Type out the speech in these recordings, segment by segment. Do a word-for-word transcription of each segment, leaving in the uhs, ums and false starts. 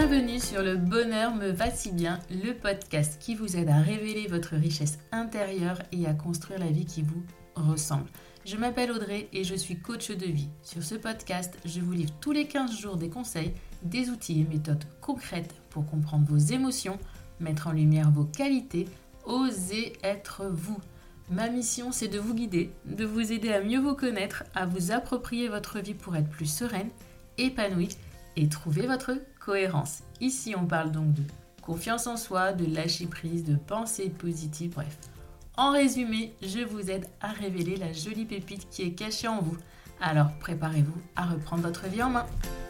Bienvenue sur Le Bonheur me va si bien, le podcast qui vous aide à révéler votre richesse intérieure et à construire la vie qui vous ressemble. Je m'appelle Audrey et je suis coach de vie. Sur ce podcast, je vous livre tous les quinze jours des conseils, des outils et méthodes concrètes pour comprendre vos émotions, mettre en lumière vos qualités, oser être vous. Ma mission, c'est de vous guider, de vous aider à mieux vous connaître, à vous approprier votre vie pour être plus sereine, épanouie et trouver votre cohérence. Ici, on parle donc de confiance en soi, de lâcher prise, de pensée positive, bref. En résumé, je vous aide à révéler la jolie pépite qui est cachée en vous. Alors, préparez-vous à reprendre votre vie en main.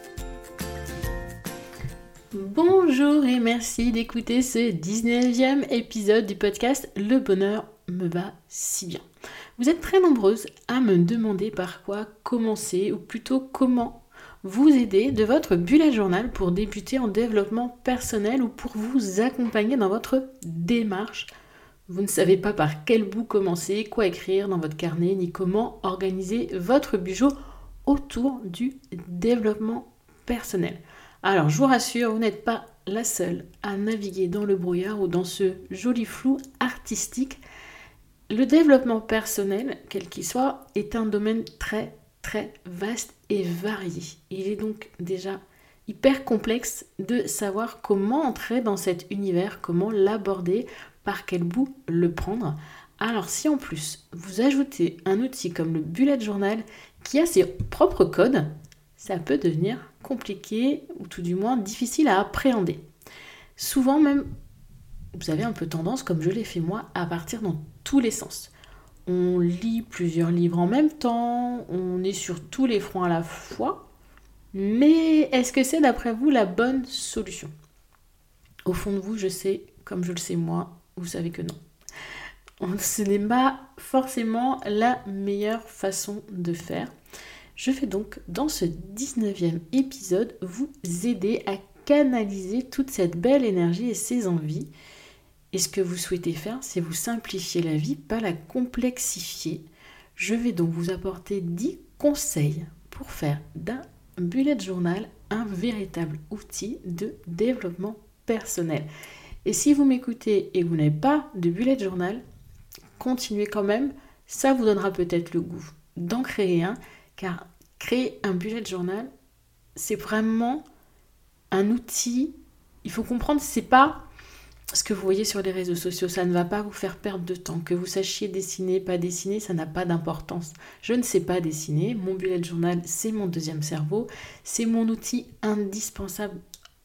Bonjour et merci d'écouter ce dix-neuvième épisode du podcast Le Bonheur me va si bien. Vous êtes très nombreuses à me demander par quoi commencer ou plutôt comment vous aider de votre bullet journal pour débuter en développement personnel ou pour vous accompagner dans votre démarche. Vous ne savez pas par quel bout commencer, quoi écrire dans votre carnet, ni comment organiser votre bijou autour du développement personnel. Alors, je vous rassure, vous n'êtes pas la seule à naviguer dans le brouillard ou dans ce joli flou artistique. Le développement personnel, quel qu'il soit, est un domaine très très vaste et varié. Il est donc déjà hyper complexe de savoir comment entrer dans cet univers, comment l'aborder, par quel bout le prendre. Alors si en plus vous ajoutez un outil comme le bullet journal qui a ses propres codes, ça peut devenir compliqué ou tout du moins difficile à appréhender. Souvent même, vous avez un peu tendance, comme je l'ai fait moi, à partir dans tous les sens. On lit plusieurs livres en même temps, on est sur tous les fronts à la fois, mais est-ce que c'est d'après vous la bonne solution ? Au fond de vous, je sais, comme je le sais moi, vous savez que non. Ce n'est pas forcément la meilleure façon de faire. Je vais donc, dans ce dix-neuvième épisode, vous aider à canaliser toute cette belle énergie et ces envies. Et ce que vous souhaitez faire, c'est vous simplifier la vie, pas la complexifier. Je vais donc vous apporter dix conseils pour faire d'un bullet journal un véritable outil de développement personnel. Et si vous m'écoutez et que vous n'avez pas de bullet journal, continuez quand même, ça vous donnera peut-être le goût d'en créer un, car créer un bullet journal, c'est vraiment un outil. Il faut comprendre, c'est pas ce que vous voyez sur les réseaux sociaux, ça ne va pas vous faire perdre de temps. Que vous sachiez dessiner, pas dessiner, ça n'a pas d'importance. Je ne sais pas dessiner, mon bullet journal, c'est mon deuxième cerveau, c'est mon outil indispensable.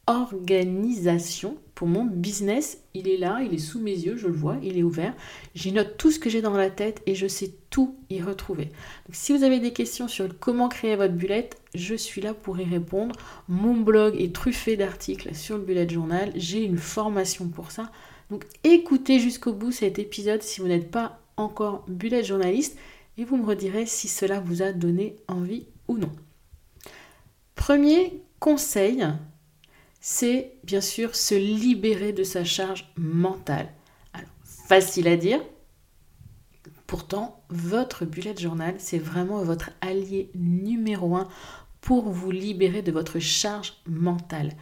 Organisation pour mon business, il est là, il est sous mes yeux, je le vois, il est ouvert. J'y note tout ce que j'ai dans la tête et je sais tout y retrouver. Donc, si vous avez des questions sur comment créer votre bullet, je suis là pour y répondre. Mon blog est truffé d'articles sur le bullet journal. J'ai une formation pour ça. Donc écoutez jusqu'au bout cet épisode si vous n'êtes pas encore bullet journaliste et vous me redirez si cela vous a donné envie ou non. Premier conseil, c'est bien sûr se libérer de sa charge mentale. Alors, facile à dire, pourtant, votre bullet journal, c'est vraiment votre allié numéro un pour vous libérer de votre charge mentale.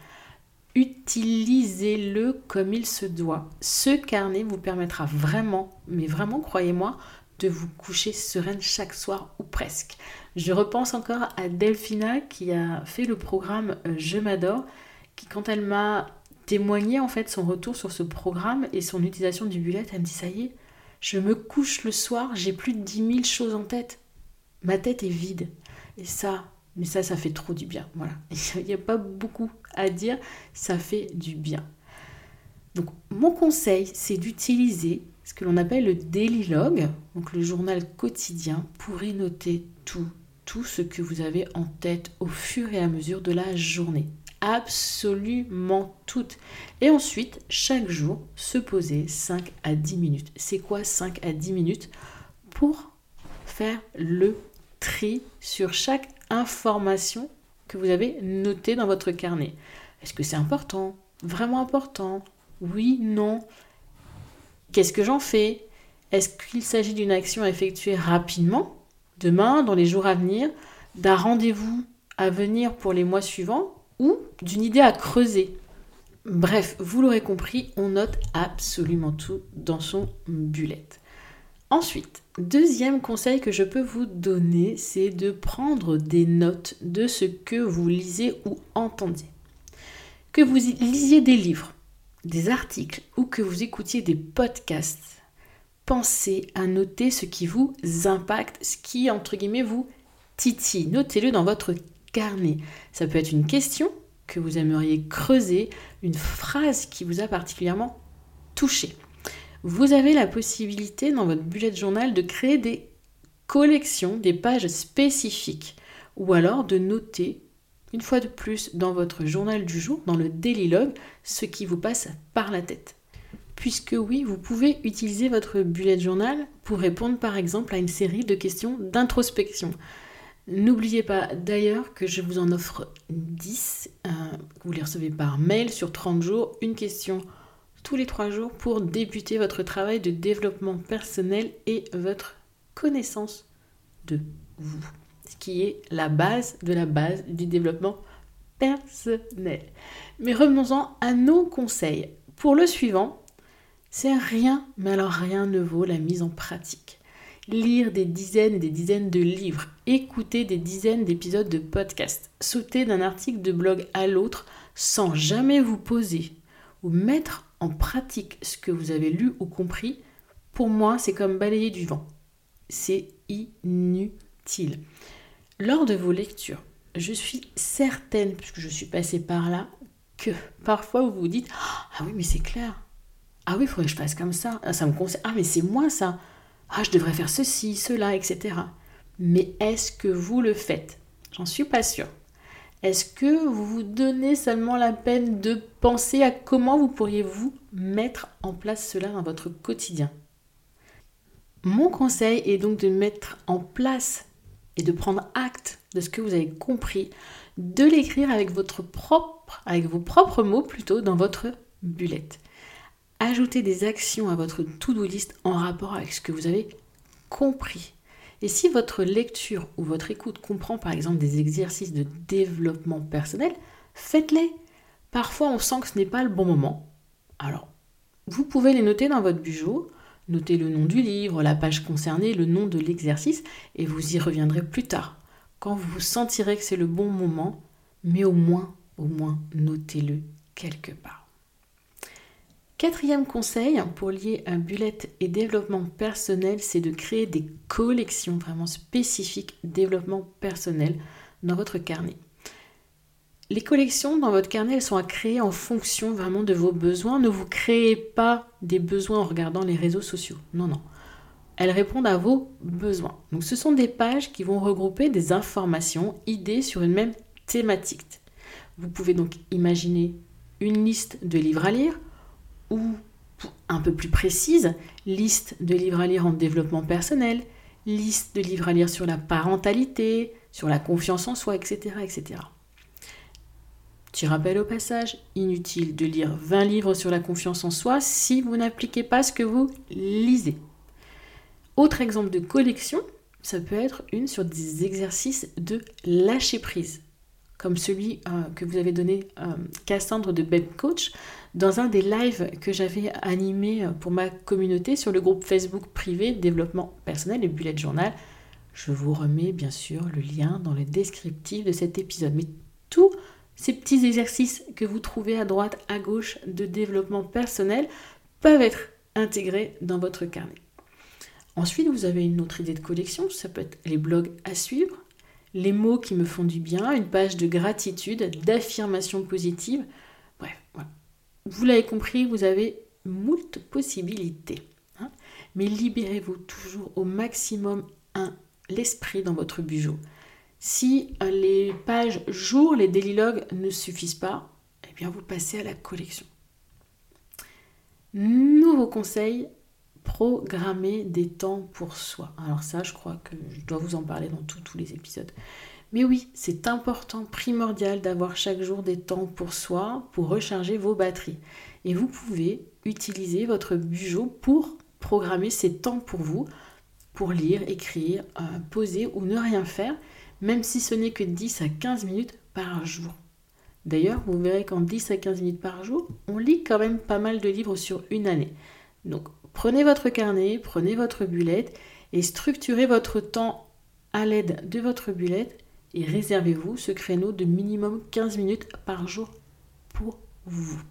Utilisez-le comme il se doit. Ce carnet vous permettra vraiment, mais vraiment, croyez-moi, de vous coucher sereine chaque soir ou presque. Je repense encore à Delphina qui a fait le programme Je m'adore, qui, quand elle m'a témoigné en fait son retour sur ce programme et son utilisation du bullet, elle me dit « ça y est, je me couche le soir, j'ai plus de dix mille choses en tête. Ma tête est vide. » Et ça, mais ça, ça fait trop du bien. Voilà, il n'y a pas beaucoup à dire, ça fait du bien. Donc, mon conseil, c'est d'utiliser ce que l'on appelle le daily log, donc le journal quotidien, pour y noter tout, tout ce que vous avez en tête au fur et à mesure de la journée. Absolument toutes. Et ensuite, chaque jour, se poser cinq à dix minutes. C'est quoi cinq à dix minutes? Pour faire le tri sur chaque information que vous avez notée dans votre carnet. Est-ce que c'est important? Vraiment important? Oui, non. Qu'est-ce que j'en fais? Est-ce qu'il s'agit d'une action à effectuer rapidement, demain, dans les jours à venir, d'un rendez-vous à venir pour les mois suivants, ou d'une idée à creuser Bref, vous l'aurez compris, on note absolument tout dans son bullet. Ensuite, deuxième conseil que je peux vous donner, c'est de prendre des notes de ce que vous lisez ou entendez. Que vous lisiez des livres, des articles ou que vous écoutiez des podcasts, pensez à noter ce qui vous impacte, ce qui, entre guillemets, vous titille. Notez-le dans votre carnet. Ça peut être une question que vous aimeriez creuser, une phrase qui vous a particulièrement touché. Vous avez la possibilité dans votre bullet journal de créer des collections, des pages spécifiques, ou alors de noter une fois de plus dans votre journal du jour, dans le daily log, ce qui vous passe par la tête. Puisque oui, vous pouvez utiliser votre bullet journal pour répondre par exemple à une série de questions d'introspection. N'oubliez pas d'ailleurs que je vous en offre dix, euh, vous les recevez par mail sur trente jours, une question tous les trois jours pour débuter votre travail de développement personnel et votre connaissance de vous, ce qui est la base de la base du développement personnel. Mais revenons-en à nos conseils. Pour le suivant, c'est rien, mais alors rien ne vaut la mise en pratique. Lire des dizaines et des dizaines de livres, écouter des dizaines d'épisodes de podcasts, sauter d'un article de blog à l'autre sans jamais vous poser ou mettre en pratique ce que vous avez lu ou compris, pour moi, c'est comme balayer du vent. C'est inutile. Lors de vos lectures, je suis certaine, puisque je suis passée par là, que parfois vous vous dites « Ah oui, mais c'est clair. Ah oui, il faudrait que je fasse comme ça. Ah, ça me concerne. Ah, mais c'est moi ça. Ah, je devrais faire ceci, cela, et cetera » Mais est-ce que vous le faites ? J'en suis pas sûre. Est-ce que vous vous donnez seulement la peine de penser à comment vous pourriez vous mettre en place cela dans votre quotidien ? Mon conseil est donc de mettre en place et de prendre acte de ce que vous avez compris, de l'écrire avec votre propre, avec vos propres mots plutôt dans votre bullet. Ajoutez des actions à votre to-do list en rapport avec ce que vous avez compris. Et si votre lecture ou votre écoute comprend par exemple des exercices de développement personnel, faites-les. Parfois, on sent que ce n'est pas le bon moment. Alors, vous pouvez les noter dans votre bureau, notez le nom du livre, la page concernée, le nom de l'exercice, et vous y reviendrez plus tard, quand vous sentirez que c'est le bon moment, mais au moins, au moins, notez-le quelque part. Quatrième conseil pour lier un bullet et développement personnel, c'est de créer des collections vraiment spécifiques développement personnel dans votre carnet. Les collections dans votre carnet, elles sont à créer en fonction vraiment de vos besoins. Ne vous créez pas des besoins en regardant les réseaux sociaux. Non, non. Elles répondent à vos besoins. Donc ce sont des pages qui vont regrouper des informations, idées sur une même thématique. Vous pouvez donc imaginer une liste de livres à lire, ou un peu plus précise, liste de livres à lire en développement personnel, liste de livres à lire sur la parentalité, sur la confiance en soi, et cetera, et cetera. Petit rappel au passage, inutile de lire vingt livres sur la confiance en soi si vous n'appliquez pas ce que vous lisez. Autre exemple de collection, ça peut être une sur des exercices de lâcher prise, comme celui euh, que vous avez donné euh, Cassandre de Babe Coach dans un des lives que j'avais animé pour ma communauté sur le groupe Facebook privé Développement personnel et Bullet Journal. Je vous remets bien sûr le lien dans le descriptif de cet épisode. Mais tous ces petits exercices que vous trouvez à droite, à gauche de développement personnel peuvent être intégrés dans votre carnet. Ensuite, vous avez une autre idée de collection, ça peut être les blogs à suivre, les mots qui me font du bien, une page de gratitude, d'affirmation positive. Bref, voilà. Vous l'avez compris, vous avez moult possibilités. Hein, mais libérez-vous toujours au maximum un, l'esprit dans votre bureau. Si les pages jour, les daily logs ne suffisent pas, eh bien vous passez à la collection. Nouveau conseil, programmer des temps pour soi. Alors ça, je crois que je dois vous en parler dans tous tous les épisodes. Mais oui, c'est important, primordial d'avoir chaque jour des temps pour soi, pour recharger vos batteries. Et vous pouvez utiliser votre bureau pour programmer ces temps pour vous, pour lire, écrire, euh, poser ou ne rien faire, même si ce n'est que dix à quinze minutes par jour. D'ailleurs, vous verrez qu'en dix à quinze minutes par jour, on lit quand même pas mal de livres sur une année. Donc, prenez votre carnet, prenez votre bullette et structurez votre temps à l'aide de votre bullette et réservez-vous ce créneau de minimum quinze minutes par jour pour vous.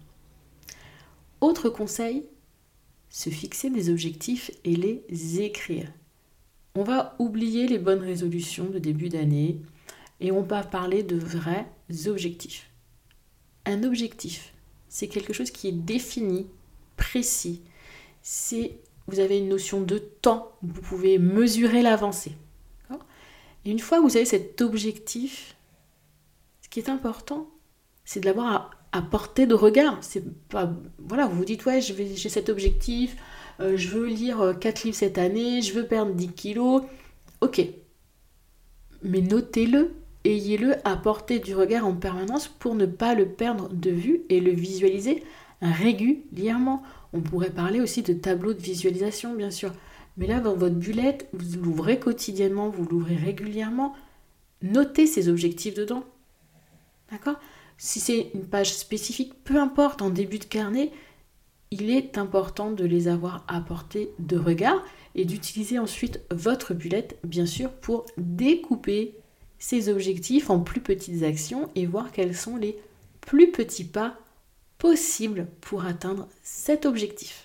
Autre conseil, se fixer des objectifs et les écrire. On va oublier les bonnes résolutions de début d'année et on va parler de vrais objectifs. Un objectif, c'est quelque chose qui est défini, précis. C'est, vous avez une notion de temps, vous pouvez mesurer l'avancée. D'accord ? Et une fois que vous avez cet objectif, ce qui est important, c'est de l'avoir à, à portée de regard. C'est pas, voilà, vous vous dites, ouais, je vais, j'ai cet objectif, euh, je veux lire quatre livres cette année, je veux perdre dix kilos. Ok, mais notez-le, ayez-le à portée du regard en permanence pour ne pas le perdre de vue et le visualiser régulièrement. On pourrait parler aussi de tableau de visualisation, bien sûr. Mais là, dans votre bullette, vous l'ouvrez quotidiennement, vous l'ouvrez régulièrement. Notez ces objectifs dedans. D'accord ? Si c'est une page spécifique, peu importe, en début de carnet, il est important de les avoir à portée de regard et d'utiliser ensuite votre bullette, bien sûr, pour découper ces objectifs en plus petites actions et voir quels sont les plus petits pas possibles pour atteindre cet objectif.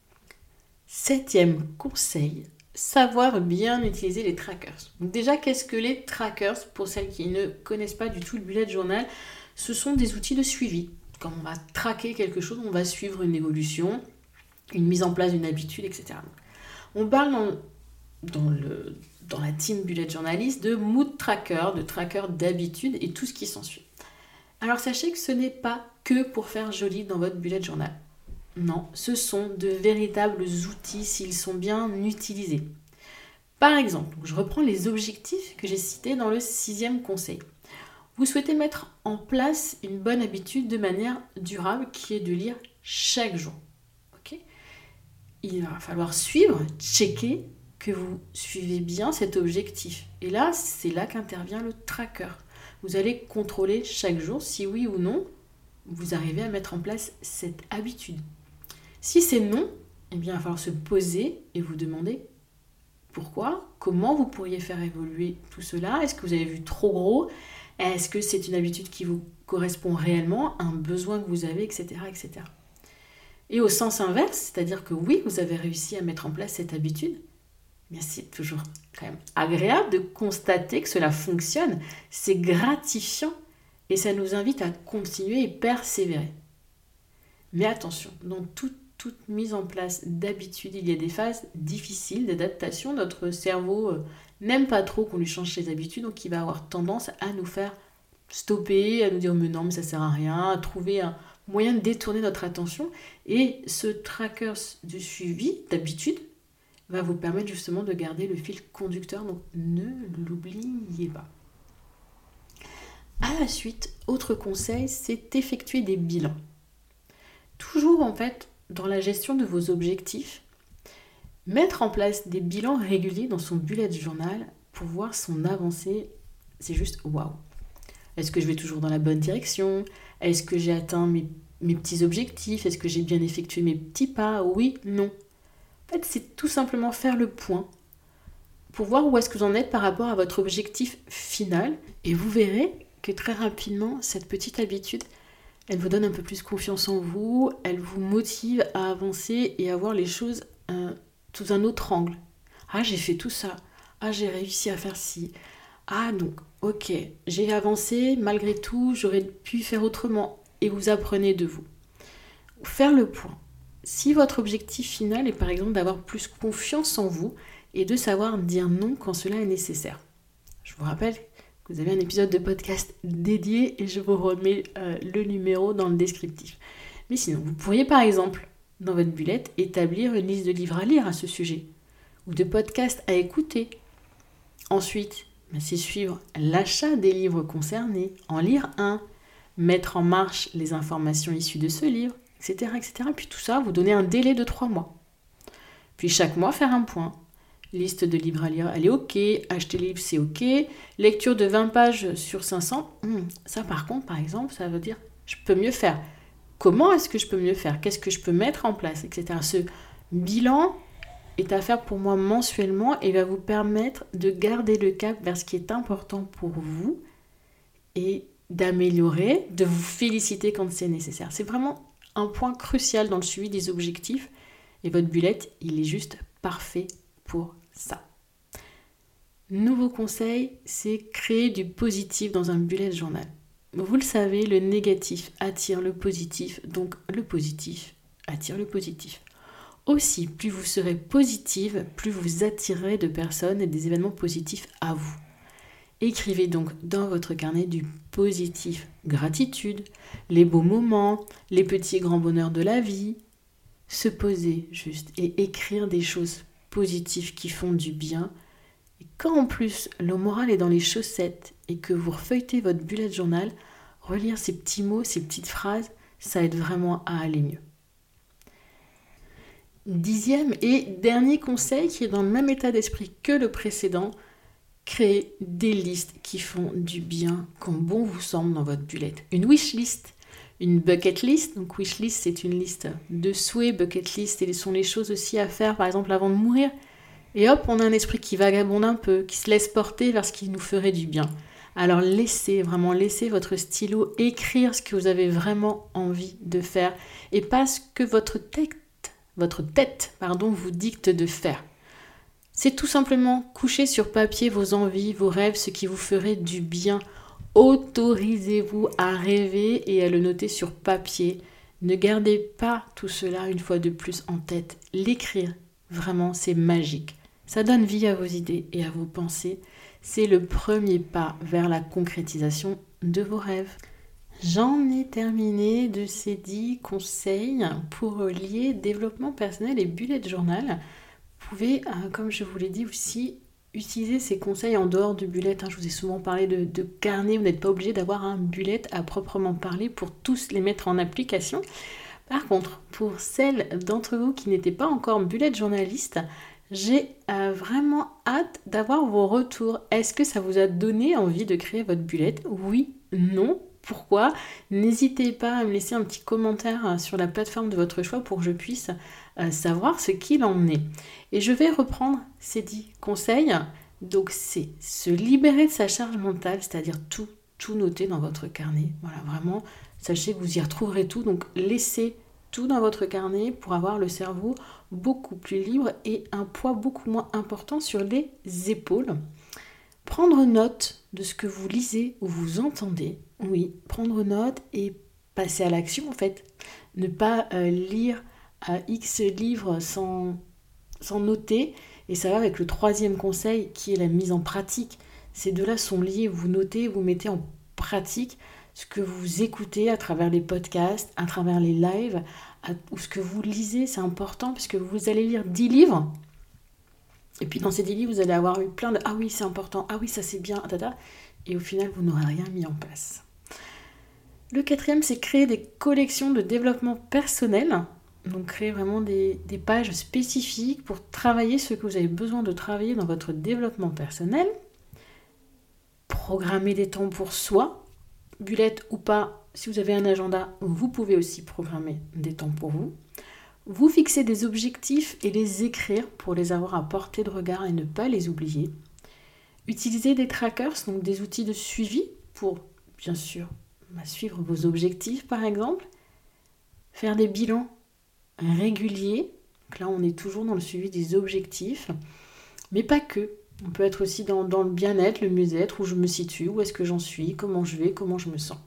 Septième conseil, savoir bien utiliser les trackers. Donc déjà, qu'est-ce que les trackers? Pour celles qui ne connaissent pas du tout le bullet journal, ce sont des outils de suivi. Quand on va traquer quelque chose, on va suivre une évolution, une mise en place d'une habitude, et cetera. On parle dans, dans, le, dans la team bullet journaliste de mood tracker, de tracker d'habitude et tout ce qui s'ensuit. Alors sachez que ce n'est pas que pour faire joli dans votre bullet journal. Non, ce sont de véritables outils s'ils sont bien utilisés. Par exemple, je reprends les objectifs que j'ai cités dans le sixième conseil. Vous souhaitez mettre en place une bonne habitude de manière durable qui est de lire chaque jour. Okay ? Il va falloir suivre, checker que vous suivez bien cet objectif. Et là, c'est là qu'intervient le tracker. Vous allez contrôler chaque jour si oui ou non vous arrivez à mettre en place cette habitude. Si c'est non, eh bien, il va falloir se poser et vous demander pourquoi, comment vous pourriez faire évoluer tout cela. Est-ce que vous avez vu trop gros ? Est-ce que c'est une habitude qui vous correspond réellement, un besoin que vous avez, et cetera, et cetera. Et au sens inverse, c'est-à-dire que oui, vous avez réussi à mettre en place cette habitude, mais c'est toujours quand même agréable de constater que cela fonctionne. C'est gratifiant et ça nous invite à continuer et persévérer. Mais attention, dans toute, toute mise en place d'habitude, il y a des phases difficiles d'adaptation. Notre cerveau euh, n'aime pas trop qu'on lui change ses habitudes, donc il va avoir tendance à nous faire stopper, à nous dire mais non, mais ça sert à rien, à trouver un moyen de détourner notre attention. Et ce tracker de suivi d'habitude va vous permettre justement de garder le fil conducteur, donc ne l'oubliez pas. À la suite, autre conseil, c'est effectuer des bilans. Toujours en fait, dans la gestion de vos objectifs, mettre en place des bilans réguliers dans son bullet journal pour voir son avancée, c'est juste waouh. Est-ce que je vais toujours dans la bonne direction ? Est-ce que j'ai atteint mes, mes petits objectifs ? Est-ce que j'ai bien effectué mes petits pas ? Oui, non. En fait, c'est tout simplement faire le point pour voir où est-ce que vous en êtes par rapport à votre objectif final. Et vous verrez que très rapidement, cette petite habitude, elle vous donne un peu plus confiance en vous, elle vous motive à avancer et à voir les choses euh, sous un autre angle. Ah, j'ai fait tout ça. Ah, j'ai réussi à faire ci. Ah, donc, ok, j'ai avancé, malgré tout, j'aurais pu faire autrement. Et vous apprenez de vous. Faire le point. Si votre objectif final est par exemple d'avoir plus confiance en vous et de savoir dire non quand cela est nécessaire. Je vous rappelle que vous avez un épisode de podcast dédié et je vous remets euh, le numéro dans le descriptif. Mais sinon, vous pourriez par exemple, dans votre bullette, établir une liste de livres à lire à ce sujet ou de podcasts à écouter. Ensuite, c'est suivre l'achat des livres concernés, en lire un, mettre en marche les informations issues de ce livre, et cetera, et cetera. Puis tout ça, vous donnez un délai de trois mois. Puis chaque mois, faire un point. Liste de livres à lire, elle est ok. Acheter livre, c'est ok. Lecture de vingt pages sur cinq cents, hmm, ça par contre, par exemple, ça veut dire je peux mieux faire. Comment est-ce que je peux mieux faire? Qu'est-ce que je peux mettre en place, et cetera. Ce bilan est à faire pour moi mensuellement et va vous permettre de garder le cap vers ce qui est important pour vous et d'améliorer, de vous féliciter quand c'est nécessaire. C'est vraiment un point crucial dans le suivi des objectifs et votre bullet, il est juste parfait pour ça. Nouveau conseil, c'est créer du positif dans un bullet journal. Vous le savez, le négatif attire le positif, donc le positif attire le positif. Aussi, plus vous serez positive, plus vous attirerez de personnes et des événements positifs à vous. Écrivez donc dans votre carnet du positif, gratitude, les beaux moments, les petits et grands bonheurs de la vie. Se poser juste et écrire des choses positives qui font du bien. Et quand en plus le moral est dans les chaussettes et que vous refeuilletez votre bullet journal, relire ces petits mots, ces petites phrases, ça aide vraiment à aller mieux. Dixième et dernier conseil qui est dans le même état d'esprit que le précédent, créez des listes qui font du bien quand bon vous semble dans votre bullet. Une wish list, une bucket list. Donc wish list, c'est une liste de souhaits. Bucket list, ce sont les choses aussi à faire, par exemple avant de mourir. Et hop, on a un esprit qui vagabonde un peu, qui se laisse porter vers ce qui nous ferait du bien. Alors laissez, vraiment laissez votre stylo écrire ce que vous avez vraiment envie de faire et pas ce que votre tête, votre tête pardon, vous dicte de faire. C'est tout simplement coucher sur papier vos envies, vos rêves, ce qui vous ferait du bien. Autorisez-vous à rêver et à le noter sur papier. Ne gardez pas tout cela une fois de plus en tête. L'écrire, vraiment, c'est magique. Ça donne vie à vos idées et à vos pensées. C'est le premier pas vers la concrétisation de vos rêves. J'en ai terminé de ces dix conseils pour lier développement personnel et bullet journal. Vous pouvez, euh, comme je vous l'ai dit aussi, utiliser ces conseils en dehors du bullet. Hein. Je vous ai souvent parlé de, de carnet. Vous n'êtes pas obligé d'avoir un bullet à proprement parler pour tous les mettre en application. Par contre, pour celles d'entre vous qui n'étaient pas encore bullet journalistes, j'ai euh, vraiment hâte d'avoir vos retours. Est-ce que ça vous a donné envie de créer votre bullet? Oui, non. Pourquoi? N'hésitez pas à me laisser un petit commentaire sur la plateforme de votre choix pour que je puisse euh, savoir ce qu'il en est. Et je vais reprendre ces dix conseils. Donc c'est se libérer de sa charge mentale, c'est-à-dire tout, tout noter dans votre carnet. Voilà, vraiment, sachez que vous y retrouverez tout. Donc laissez tout dans votre carnet pour avoir le cerveau beaucoup plus libre et un poids beaucoup moins important sur les épaules. Prendre note de ce que vous lisez ou vous entendez. Oui, prendre note et passer à l'action en fait. Ne pas euh, lire euh, X livres sans, sans noter. Et ça va avec le troisième conseil qui est la mise en pratique. Ces deux-là sont liés. Vous notez, vous mettez en pratique ce que vous écoutez à travers les podcasts, à travers les lives, à, ou ce que vous lisez. C'est important puisque vous allez lire dix livres. Et puis dans ces dix livres, vous allez avoir eu plein de « Ah oui, c'est important, ah oui, ça c'est bien, tata ». Et au final, vous n'aurez rien mis en place. Le quatrième, c'est créer des collections de développement personnel. Donc créer vraiment des, des pages spécifiques pour travailler ce que vous avez besoin de travailler dans votre développement personnel. Programmer des temps pour soi. Bullet ou pas, si vous avez un agenda, vous pouvez aussi programmer des temps pour vous. Vous fixez des objectifs et les écrire pour les avoir à portée de regard et ne pas les oublier. Utilisez des trackers, donc des outils de suivi pour, bien sûr, suivre vos objectifs par exemple. Faire des bilans réguliers. Donc là, on est toujours dans le suivi des objectifs, mais pas que. On peut être aussi dans, dans le bien-être, le mieux-être, où je me situe, où est-ce que j'en suis, comment je vais, comment je me sens.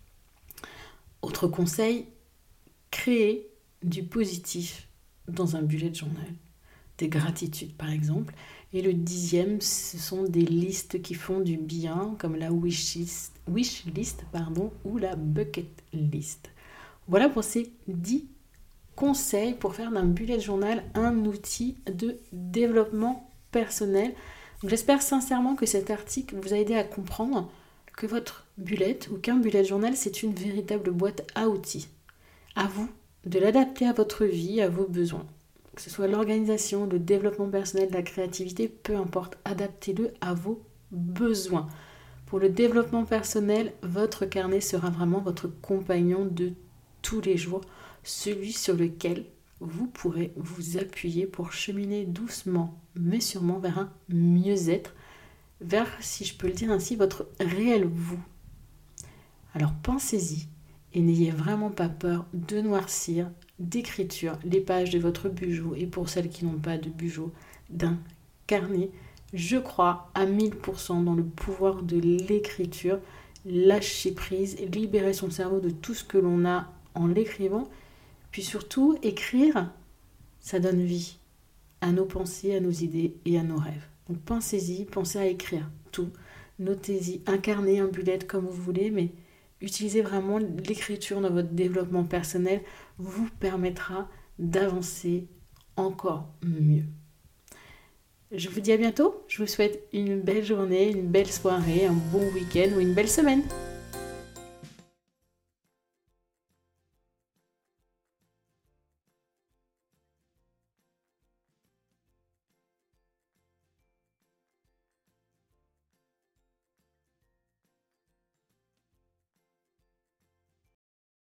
Autre conseil, créer du positif dans un bullet journal, des gratitudes par exemple. Et le dixième, ce sont des listes qui font du bien, comme la wish list, wish list pardon, ou la bucket list. Voilà pour ces dix conseils pour faire d'un bullet journal un outil de développement personnel. Donc, j'espère sincèrement que cet article vous a aidé à comprendre que votre bullet ou qu'un bullet journal, c'est une véritable boîte à outils. À vous de l'adapter à votre vie, à vos besoins. que ce soit l'organisation, le développement personnel, la créativité, peu importe, adaptez-le à vos besoins. Pour le développement personnel, votre carnet sera vraiment votre compagnon de tous les jours, celui sur lequel vous pourrez vous appuyer pour cheminer doucement mais sûrement vers un mieux-être, vers, si je peux le dire ainsi, votre réel vous. Alors pensez-y et n'ayez vraiment pas peur de noircir d'écriture les pages de votre Bujo, et pour celles qui n'ont pas de Bujo, d'un carnet. Je crois à mille pour cent dans le pouvoir de l'écriture, lâcher prise, libérer son cerveau de tout ce que l'on a en l'écrivant, puis surtout écrire, ça donne vie à nos pensées, à nos idées et à nos rêves. Donc pensez-y, pensez à écrire tout, notez-y, incarnez un bullet comme vous voulez, mais utilisez vraiment l'écriture dans votre développement personnel, vous permettra d'avancer encore mieux. Je vous dis à bientôt, je vous souhaite une belle journée, une belle soirée, un bon week-end ou une belle semaine.